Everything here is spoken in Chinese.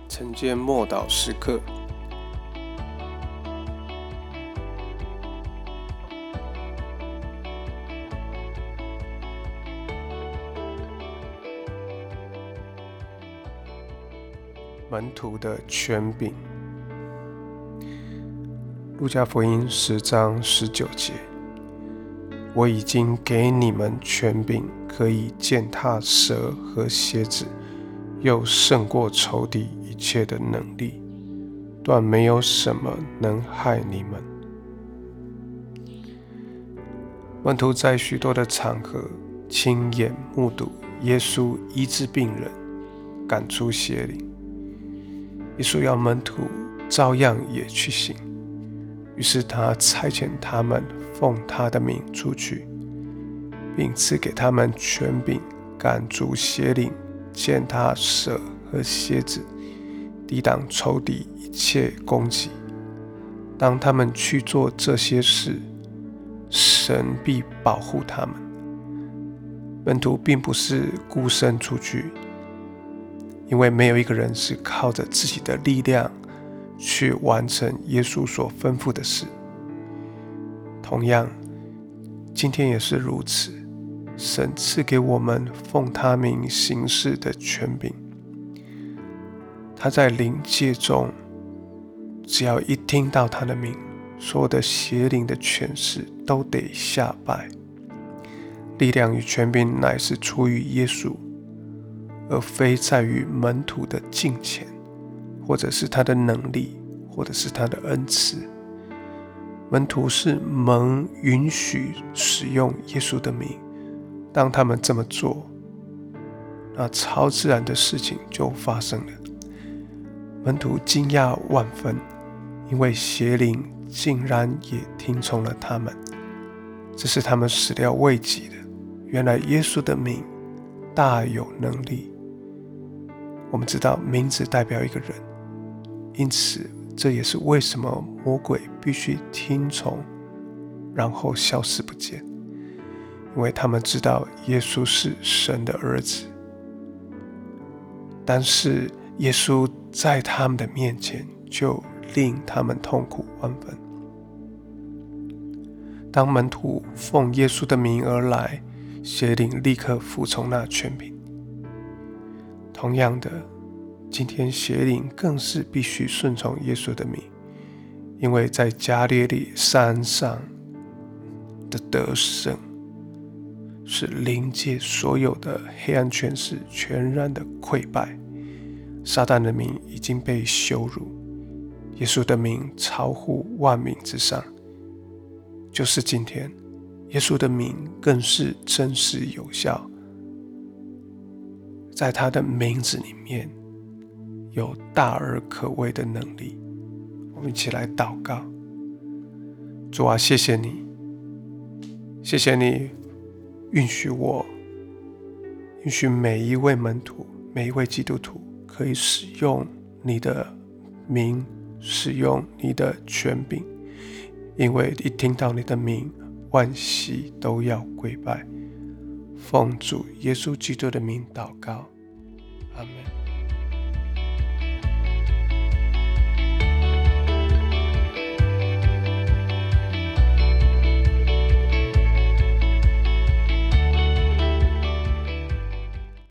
晨间默祷时刻，门徒的权柄。路加福音10章19节，我已经给你们权柄，可以践踏蛇和蝎子，又胜过仇敌一切的能力，断没有什么能害你们。门徒在许多的场合亲眼目睹耶稣医治病人，赶出邪灵。耶稣要门徒照样也去行，于是他差遣他们奉他的名出去，并赐给他们权柄，赶逐邪灵，践踏蛇和蝎子，抵挡仇敌一切攻击。当他们去做这些事，神必保护他们。门徒并不是孤身出去，因为没有一个人是靠着自己的力量去完成耶稣所吩咐的事。同样，今天也是如此，神赐给我们奉他名行事的权柄。他在灵界中，只要一听到他的名，所有的邪灵的权势都得下拜。力量与权柄乃是出于耶稣，而非在于门徒的敬虔，或者是他的能力，或者是他的恩赐。门徒是蒙允许使用耶稣的名，当他们这么做，那超自然的事情就发生了。门徒惊讶万分，因为邪灵竟然也听从了他们，这是他们始料未及的。原来耶稣的名大有能力。我们知道名字代表一个人，因此这也是为什么魔鬼必须听从，然后消失不见，因为他们知道耶稣是神的儿子。但是耶稣在他们的面前就令他们痛苦万分。当门徒奉耶稣的名而来，邪灵立刻服从那权柄。同样的，今天邪灵更是必须顺从耶稣的名，因为在加利利山上的得胜，使灵界所有的黑暗权势全然的溃败。撒旦的名已经被羞辱，耶稣的名超乎万名之上。就是今天，耶稣的名更是真实有效，在他的名字里面有大而可畏的能力。我们一起来祷告。主啊，谢谢你，谢谢你允许每一位门徒，每一位基督徒可以使用你的名，使用你的权柄，因为一听到你的名，万膝都要跪拜。奉主耶稣基督的名祷告，阿们。